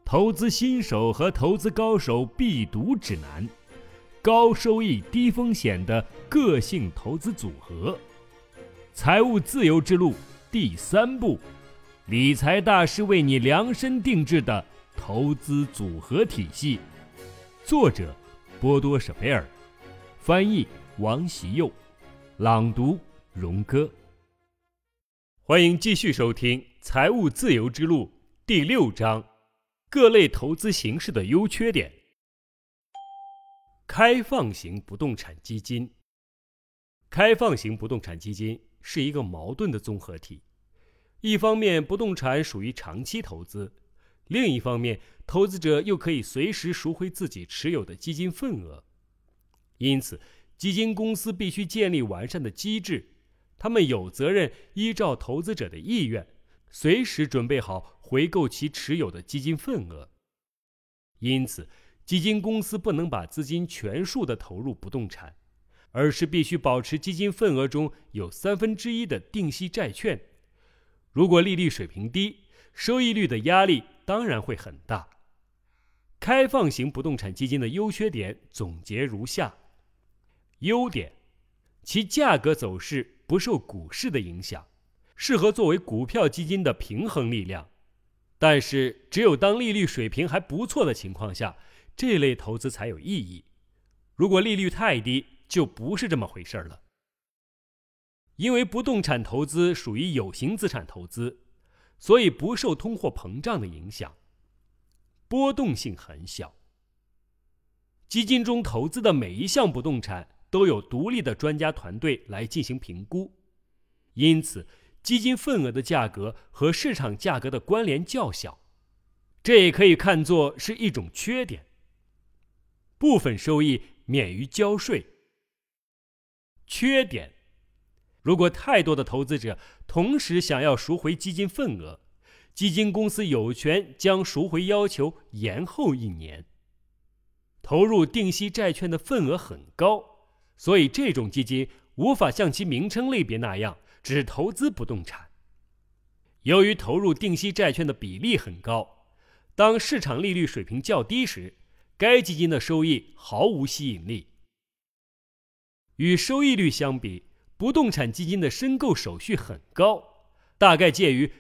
投资新手和投资高手必读指南，高收益低风险的个性投资组合，财务自由之路第3步，理财大师为你量身定制的投资组合体系。作者波多舍贝尔，翻译王习佑，朗读荣哥。欢迎继续收听财务自由之路第6章，各类投资形式的优缺点。开放型不动产基金。开放型不动产基金是一个矛盾的综合体，一方面不动产属于长期投资，另一方面投资者又可以随时赎回自己持有的基金份额。因此基金公司必须建立完善的机制，他们有责任依照投资者的意愿，随时准备好回购其持有的基金份额。因此基金公司不能把资金全数的投入不动产，而是必须保持基金份额中有1/3的定息债券。如果利率水平低，收益率的压力当然会很大。开放型不动产基金的优缺点总结如下：优点，其价格走势不受股市的影响，适合作为股票基金的平衡力量。但是只有当利率水平还不错的情况下，这类投资才有意义。如果利率太低，就不是这么回事了。因为不动产投资属于有形资产投资，所以不受通货膨胀的影响，波动性很小。基金中投资的每一项不动产都有独立的专家团队来进行评估，因此基金份额的价格和市场价格的关联较小，这也可以看作是一种缺点。部分收益免于交税。缺点，如果太多的投资者同时想要赎回基金份额，基金公司有权将赎回要求延后1年。投入定息债券的份额很高，所以这种基金无法像其名称类别那样只投资不动产。由于投入定息债券的比例很高，当市场利率水平较低时，该基金的收益毫无吸引力。与收益率相比，不动产基金的申购手续很高，大概介于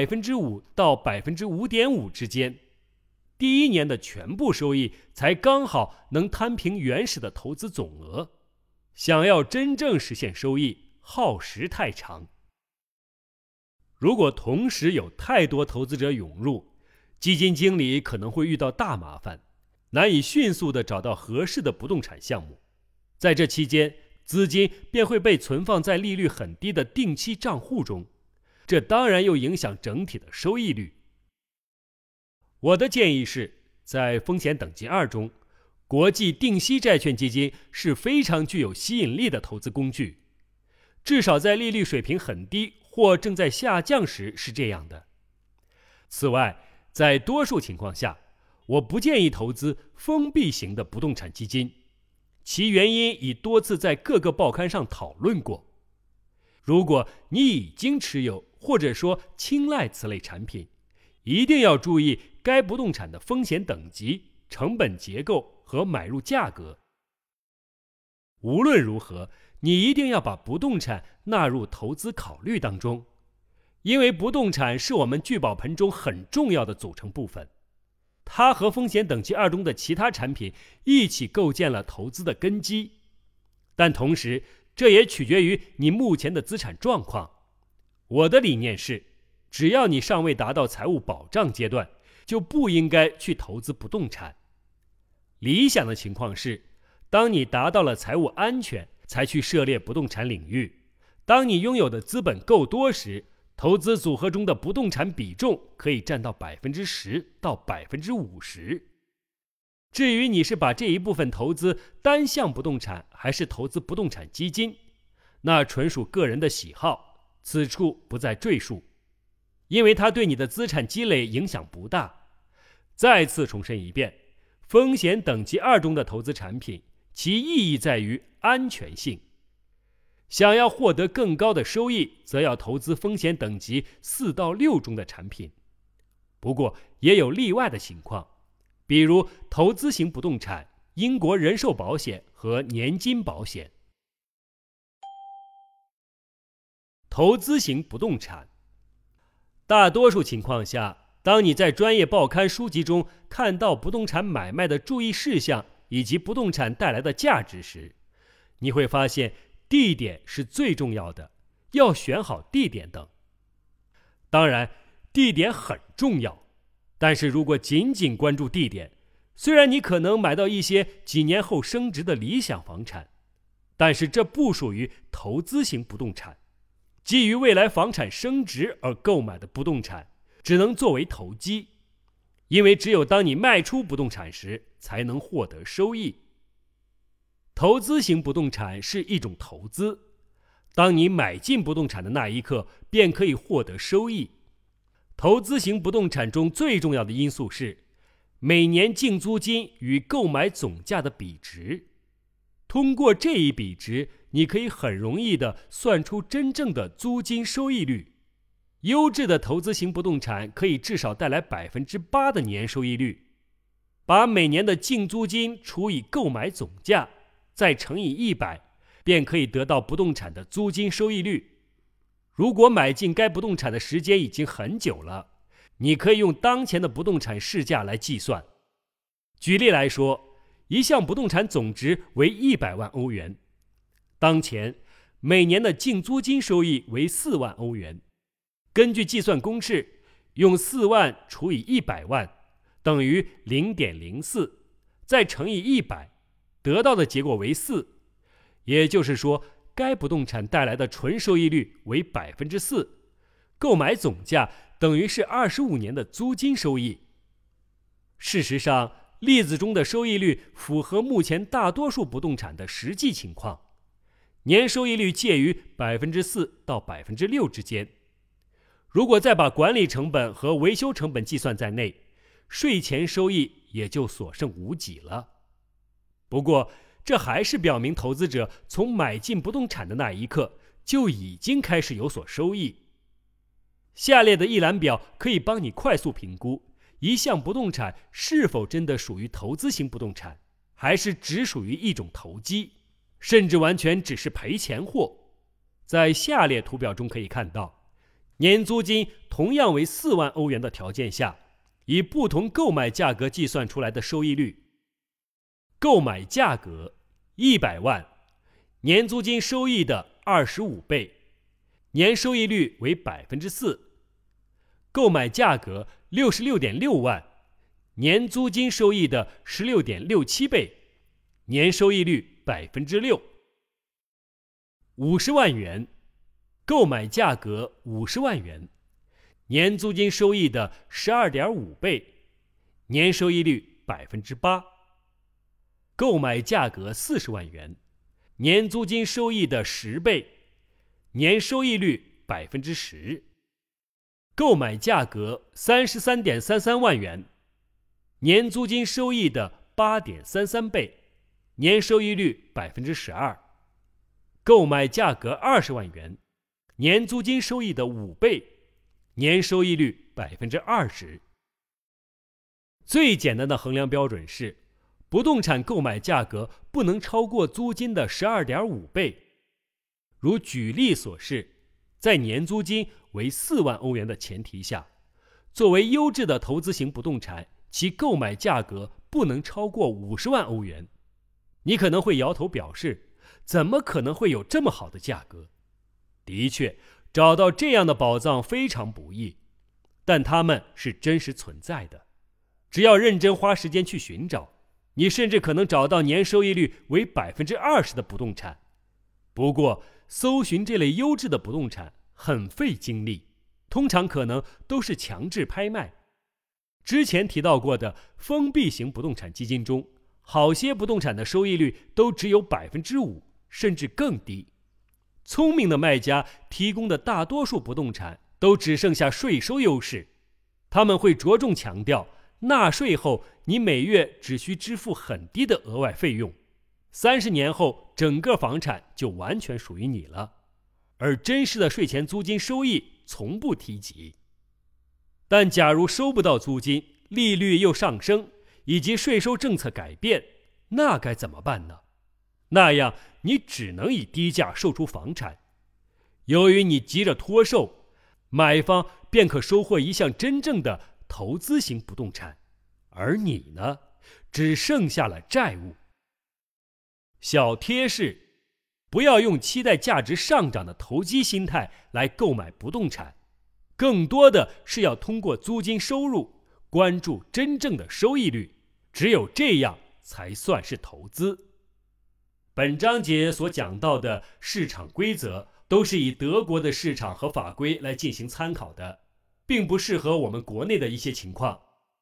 5% 到 5.5% 之间。第1年的全部收益才刚好能摊平原始的投资总额，想要真正实现收益，耗时太长。如果同时有太多投资者涌入，基金经理可能会遇到大麻烦，难以迅速地找到合适的不动产项目。在这期间，资金便会被存放在利率很低的定期账户中，这当然又影响整体的收益率。我的建议是，在风险等级2中，国际定息债券基金是非常具有吸引力的投资工具，至少在利率水平很低或正在下降时是这样的。此外，在多数情况下，我不建议投资封闭型的不动产基金，其原因已多次在各个报刊上讨论过。如果你已经持有或者说青睐此类产品，一定要注意该不动产的风险等级、成本结构和买入价格。无论如何，你一定要把不动产纳入投资考虑当中，因为不动产是我们聚宝盆中很重要的组成部分，它和风险等级2中的其他产品一起构建了投资的根基。但同时，这也取决于你目前的资产状况。我的理念是，只要你尚未达到财务保障阶段，就不应该去投资不动产。理想的情况是，当你达到了财务安全，才去涉猎不动产领域。当你拥有的资本够多时，投资组合中的不动产比重可以占到 10% 到 50%。至于你是把这一部分投资单项不动产还是投资不动产基金，那纯属个人的喜好，此处不再赘述，因为它对你的资产积累影响不大。再次重申一遍，风险等级2中的投资产品，其意义在于安全性。想要获得更高的收益，则要投资风险等级4到6中的产品。 不过也有例外的情况，比如投资型不动产、英国人寿保险和年金保险。投资型不动产，大多数情况下，当你在专业报刊书籍中看到不动产买卖的注意事项以及不动产带来的价值时，你会发现地点是最重要的，要选好地点等。当然，地点很重要，但是如果仅仅关注地点，虽然你可能买到一些几年后升值的理想房产，但是这不属于投资型不动产。基于未来房产升值而购买的不动产，只能作为投机，因为只有当你卖出不动产时，才能获得收益。投资型不动产是一种投资，当你买进不动产的那一刻，便可以获得收益。投资型不动产中最重要的因素是每年净租金与购买总价的比值。通过这一比值，你可以很容易地算出真正的租金收益率。优质的投资型不动产可以至少带来 8% 的年收益率。把每年的净租金除以购买总价，再乘以100，便可以得到不动产的租金收益率。如果买进该不动产的时间已经很久了，你可以用当前的不动产市价来计算。举例来说，一项不动产总值为100万欧元，当前每年的净租金收益为4万欧元。根据计算公式，用4万除以100万等于 0.04， 再乘以100，得到的结果为4。也就是说，该不动产带来的纯收益率为 4%， 购买总价等于是25年的租金收益。事实上，例子中的收益率符合目前大多数不动产的实际情况，年收益率介于 4% 到 6% 之间。如果再把管理成本和维修成本计算在内，税前收益也就所剩无几了。不过，这还是表明投资者从买进不动产的那一刻就已经开始有所收益。下列的一览表可以帮你快速评估一项不动产是否真的属于投资型不动产，还是只属于一种投机，甚至完全只是赔钱货。在下列图表中可以看到，年租金同样为4万欧元的条件下，以不同购买价格计算出来的收益率。购买价格100万，年租金收益的25倍，年收益率为 4%。购买价格66.6万，年租金收益的 16.67倍，年收益率 6%。50万元，购买价格50万元，年租金收益的 12.5倍，年收益率 8%。购买价格40万元，年租金收益的10倍，年收益率 10%。购买价格33.33万元，年租金收益的 8.33倍，年收益率 12%。购买价格20万元，年租金收益的5倍，年收益率 20%。最简单的衡量标准是不动产购买价格不能超过租金的 12.5倍。如举例所示，在年租金为4万欧元的前提下，作为优质的投资型不动产，其购买价格不能超过50万欧元。你可能会摇头表示，怎么可能会有这么好的价格？的确，找到这样的宝藏非常不易，但它们是真实存在的。只要认真花时间去寻找，你甚至可能找到年收益率为 20% 的不动产。不过，搜寻这类优质的不动产很费精力，通常可能都是强制拍卖。之前提到过的封闭型不动产基金中，好些不动产的收益率都只有 5%， 甚至更低。聪明的卖家提供的大多数不动产都只剩下税收优势，他们会着重强调纳税后你每月只需支付很低的额外费用，30年后整个房产就完全属于你了，而真实的税前租金收益从不提及。 但假如收不到租金，利率又上升，以及税收政策改变，那该怎么办呢？那样你只能以低价售出房产。由于你急着脱售，买方便可收获一项真正的投资型不动产，而你呢，只剩下了债务。小贴士：不要用期待价值上涨的投机心态来购买不动产，更多的是要通过租金收入关注真正的收益率，只有这样才算是投资。本章节所讲到的市场规则都是以德国的市场和法规来进行参考的，并不适合我们国内的一些情况。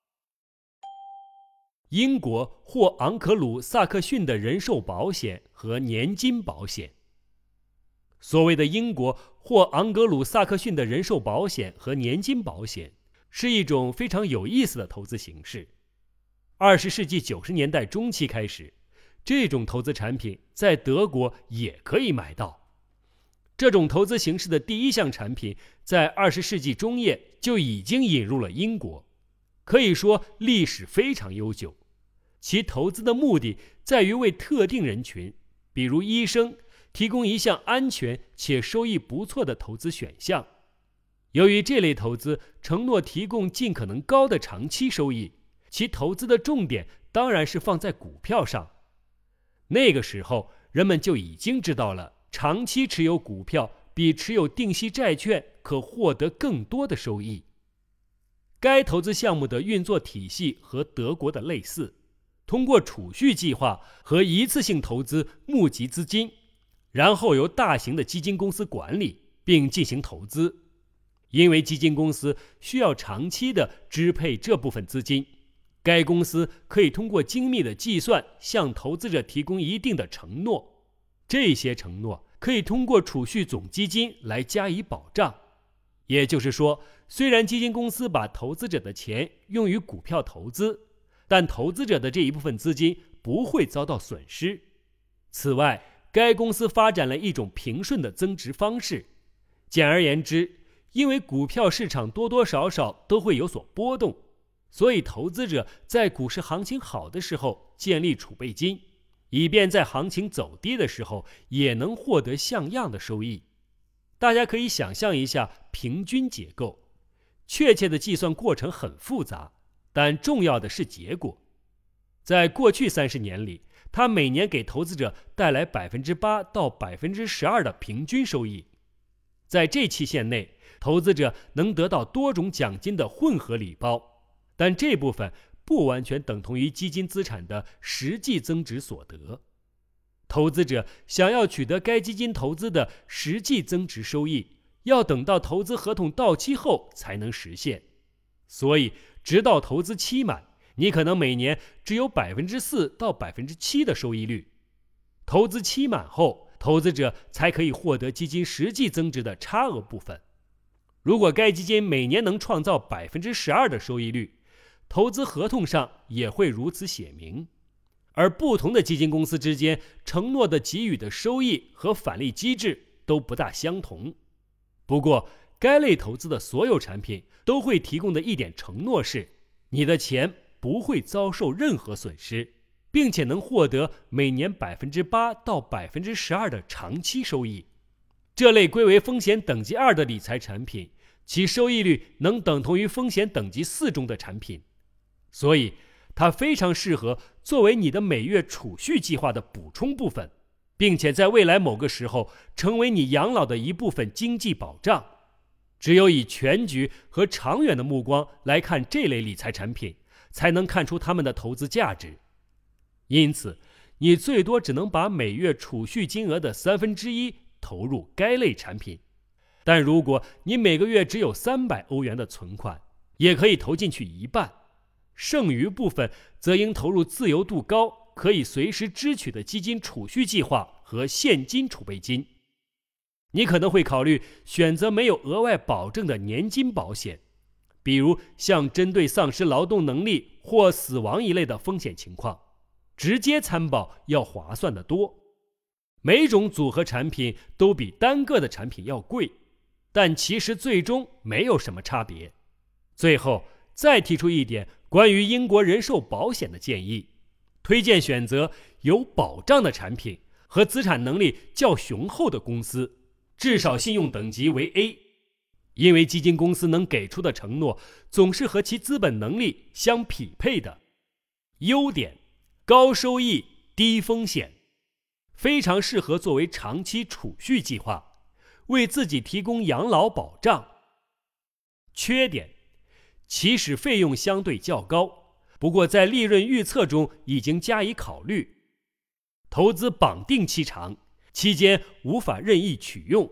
英国或昂克鲁萨克逊的人寿保险和年金保险。所谓的英国或昂格鲁萨克逊的人寿保险和年金保险是一种非常有意思的投资形式。20世纪90年代中期开始，这种投资产品在德国也可以买到。这种投资形式的第一项产品在20世纪中叶就已经引入了英国，可以说历史非常悠久。其投资的目的在于为特定人群，比如医生，提供一项安全且收益不错的投资选项。由于这类投资承诺提供尽可能高的长期收益，其投资的重点当然是放在股票上。那个时候，人们就已经知道了，长期持有股票比持有定息债券可获得更多的收益。该投资项目的运作体系和德国的类似，通过储蓄计划和一次性投资募集资金，然后由大型的基金公司管理并进行投资。因为基金公司需要长期的支配这部分资金，该公司可以通过精密的计算向投资者提供一定的承诺，这些承诺可以通过储蓄总基金来加以保障。也就是说，虽然基金公司把投资者的钱用于股票投资，但投资者的这一部分资金不会遭到损失。此外，该公司发展了一种平顺的增值方式。简而言之，因为股票市场多多少少都会有所波动，所以投资者在股市行情好的时候建立储备金，以便在行情走低的时候也能获得像样的收益。大家可以想象一下平均结构，确切的计算过程很复杂，但重要的是结果。在过去30年里，它每年给投资者带来8%到12%的平均收益。在这期限内，投资者能得到多种奖金的混合礼包，但这部分不完全等同于基金资产的实际增值所得。投资者想要取得该基金投资的实际增值收益，要等到投资合同到期后才能实现。所以，直到投资期满，你可能每年只有4%到7%的收益率。投资期满后，投资者才可以获得基金实际增值的差额部分。如果该基金每年能创造12%的收益率，投资合同上也会如此写明。而不同的基金公司之间承诺的给予的收益和返利机制都不大相同。不过，该类投资的所有产品都会提供的一点承诺是，你的钱不会遭受任何损失，并且能获得每年8%到12%的长期收益。这类归为风险等级2的理财产品，其收益率能等同于风险等级4中的产品，所以它非常适合作为你的每月储蓄计划的补充部分，并且在未来某个时候成为你养老的一部分经济保障。只有以全局和长远的目光来看这类理财产品，才能看出它们的投资价值。因此，你最多只能把每月储蓄金额的1/3投入该类产品，但如果你每个月只有300欧元的存款，也可以投进去一半，剩余部分则应投入自由度高、可以随时支取的基金储蓄计划和现金储备金。你可能会考虑选择没有额外保证的年金保险，比如像针对丧失劳动能力或死亡一类的风险情况，直接参保要划算得多。每种组合产品都比单个的产品要贵，但其实最终没有什么差别。 最后再提出一点关于英国人寿保险的建议，推荐选择有保障的产品和资产能力较雄厚的公司，至少信用等级为 A， 因为基金公司能给出的承诺总是和其资本能力相匹配的。优点：高收益、低风险，非常适合作为长期储蓄计划，为自己提供养老保障。缺点：起始费用相对较高，不过在利润预测中已经加以考虑。投资绑定期长，期间无法任意取用。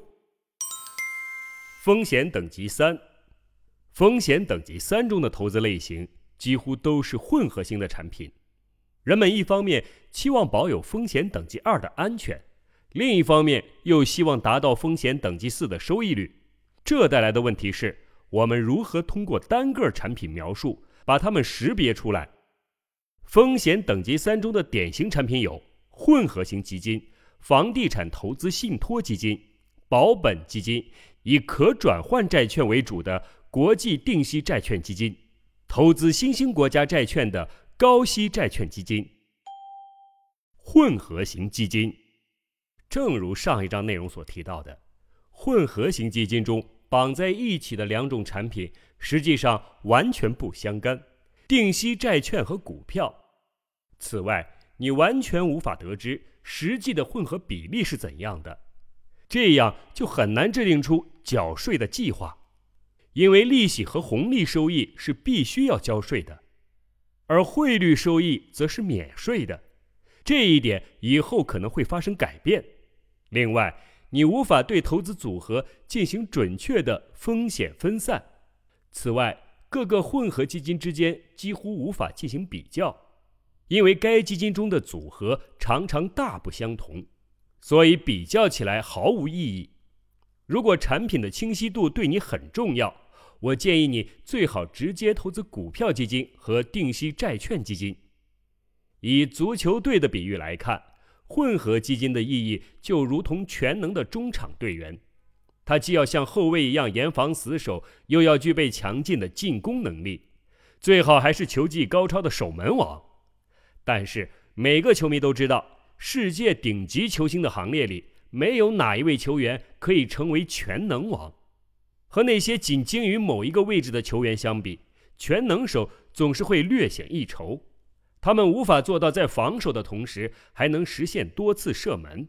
风险等级3，风险等级3中的投资类型几乎都是混合型的产品。人们一方面期望保有风险等级2的安全，另一方面又希望达到风险等级4的收益率。这带来的问题是，我们如何通过单个产品描述把它们识别出来？风险等级3中的典型产品有混合型基金、房地产投资信托基金、保本基金，以可转换债券为主的国际定息债券基金，投资新兴国家债券的高息债券基金。混合型基金，正如上一章内容所提到的，混合型基金中绑在一起的两种产品实际上完全不相干，定息债券和股票。此外，你完全无法得知实际的混合比例是怎样的，这样就很难制定出缴税的计划，因为利息和红利收益是必须要交税的，而汇率收益则是免税的。这一点以后可能会发生改变。另外，你无法对投资组合进行准确的风险分散。此外，各个混合基金之间几乎无法进行比较，因为该基金中的组合常常大不相同，所以比较起来毫无意义。如果产品的清晰度对你很重要，我建议你最好直接投资股票基金和定息债券基金。以足球队的比喻来看，混合基金的意义就如同全能的中场队员，他既要像后卫一样严防死守，又要具备强劲的进攻能力，最好还是球技高超的守门王。但是每个球迷都知道，世界顶级球星的行列里，没有哪一位球员可以成为全能王。和那些仅精于某一个位置的球员相比，全能手总是会略显一筹。他们无法做到在防守的同时还能实现多次射门。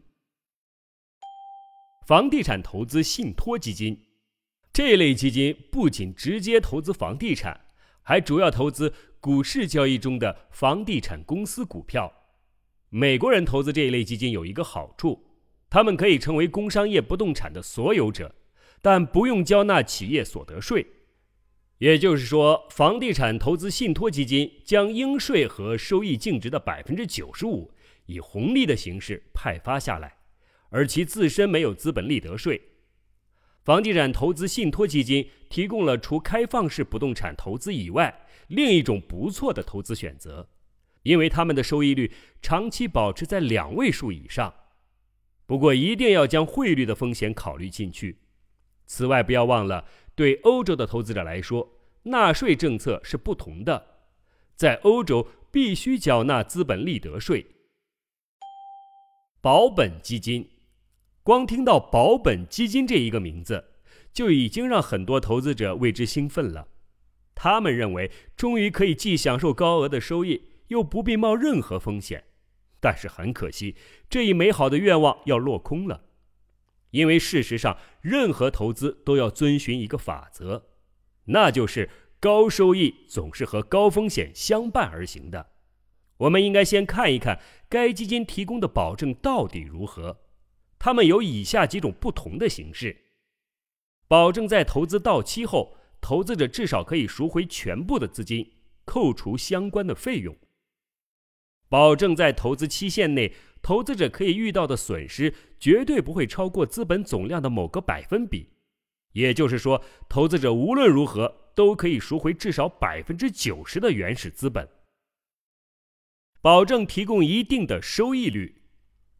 房地产投资信托基金，这类基金不仅直接投资房地产，还主要投资股市交易中的房地产公司股票。美国人投资这一类基金有一个好处，他们可以成为工商业不动产的所有者，但不用交纳企业所得税。也就是说，房地产投资信托基金将应税和收益净值的 95% 以红利的形式派发下来，而其自身没有资本利得税。房地产投资信托基金提供了除开放式不动产投资以外另一种不错的投资选择，因为他们的收益率长期保持在2位数以上。不过一定要将汇率的风险考虑进去。此外，不要忘了，对欧洲的投资者来说，纳税政策是不同的，在欧洲必须缴纳资本利得税。保本基金，光听到保本基金这一个名字，就已经让很多投资者为之兴奋了。他们认为，终于可以既享受高额的收益，又不必冒任何风险。但是很可惜，这一美好的愿望要落空了。因为事实上，任何投资都要遵循一个法则，那就是高收益总是和高风险相伴而行的。我们应该先看一看该基金提供的保证到底如何。它们有以下几种不同的形式：保证在投资到期后，投资者至少可以赎回全部的资金，扣除相关的费用；保证在投资期限内，投资者可以遇到的损失绝对不会超过资本总量的某个%，也就是说，投资者无论如何都可以赎回至少 90% 的原始资本。保证提供一定的收益率，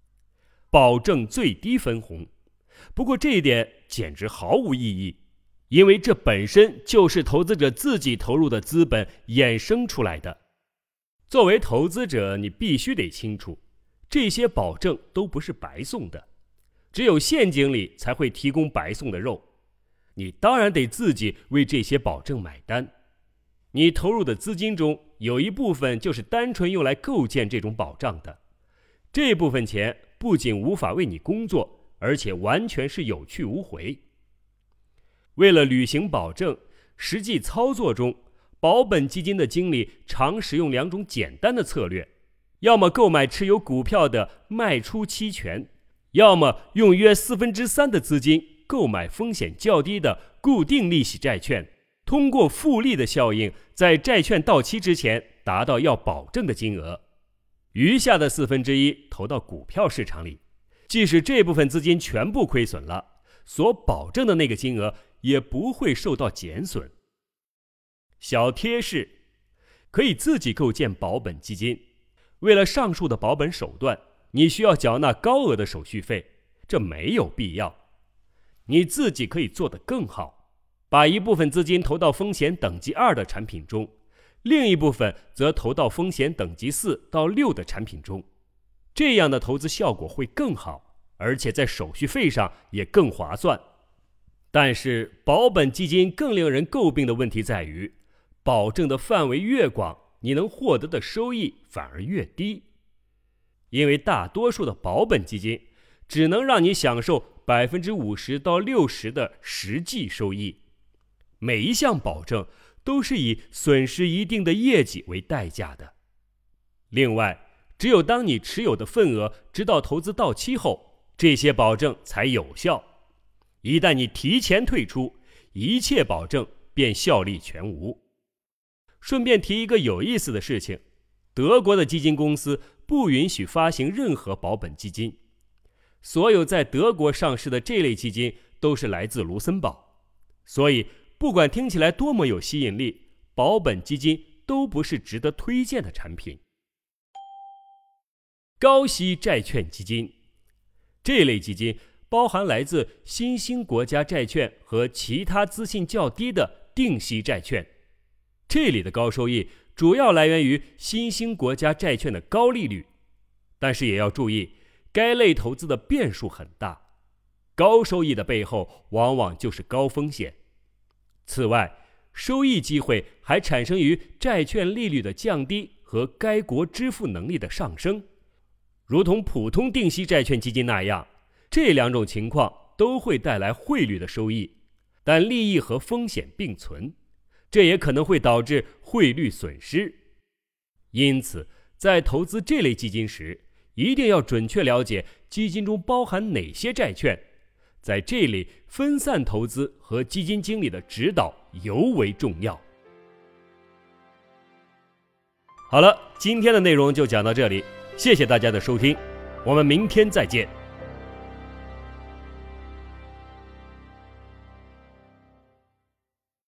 保证最低分红。不过这一点简直毫无意义， 因为这本身就是投资者自己投入的资本衍生出来的。作为投资者，你必须得清楚，这些保证都不是白送的，只有陷阱里才会提供白送的肉。你当然得自己为这些保证买单。你投入的资金中有一部分就是单纯用来构建这种保障的，这部分钱不仅无法为你工作，而且完全是有去无回。为了履行保证，实际操作中，保本基金的经理常使用2种简单的策略，要么购买持有股票的卖出期权，要么用约3/4的资金购买风险较低的固定利息债券，通过复利的效应，在债券到期之前达到要保证的金额，余下的1/4投到股票市场里，即使这部分资金全部亏损了，所保证的那个金额也不会受到减损。小贴士：可以自己构建保本基金，为了上述的保本手段，你需要缴纳高额的手续费，这没有必要。你自己可以做得更好，把一部分资金投到风险等级2的产品中，另一部分则投到风险等级4到6的产品中，这样的投资效果会更好，而且在手续费上也更划算。但是保本基金更令人诟病的问题在于，保证的范围越广，你能获得的收益反而越低。因为大多数的保本基金只能让你享受50%到60%的实际收益，每一项保证都是以损失一定的业绩为代价的。另外，只有当你持有的份额直到投资到期后，这些保证才有效。一旦你提前退出，一切保证便效力全无。顺便提一个有意思的事情，德国的基金公司不允许发行任何保本基金。所有在德国上市的这类基金都是来自卢森堡，所以不管听起来多么有吸引力，保本基金都不是值得推荐的产品。高息债券基金，这类基金包含来自新兴国家债券和其他资信较低的定息债券。这里的高收益主要来源于新兴国家债券的高利率，但是也要注意，该类投资的变数很大，高收益的背后往往就是高风险。此外，收益机会还产生于债券利率的降低和该国支付能力的上升。如同普通定息债券基金那样，这2种情况都会带来汇率的收益，但利益和风险并存，这也可能会导致汇率损失。因此，在投资这类基金时，一定要准确了解基金中包含哪些债券，在这里分散投资和基金经理的指导尤为重要。好了，今天的内容就讲到这里，谢谢大家的收听，我们明天再见。